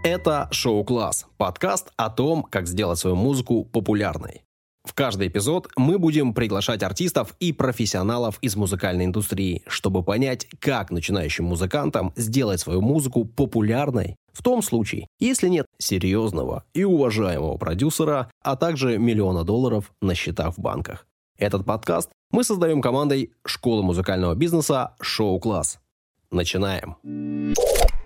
Это «Шоу-класс» – подкаст о том, как сделать свою музыку популярной. В каждый эпизод мы будем приглашать артистов и профессионалов из музыкальной индустрии, чтобы понять, как начинающим музыкантам сделать свою музыку популярной в том случае, если нет серьезного и уважаемого продюсера, а также $1 000 000 на счетах в банках. Этот подкаст мы создаем командой школы музыкального бизнеса «Шоу-класс». Начинаем!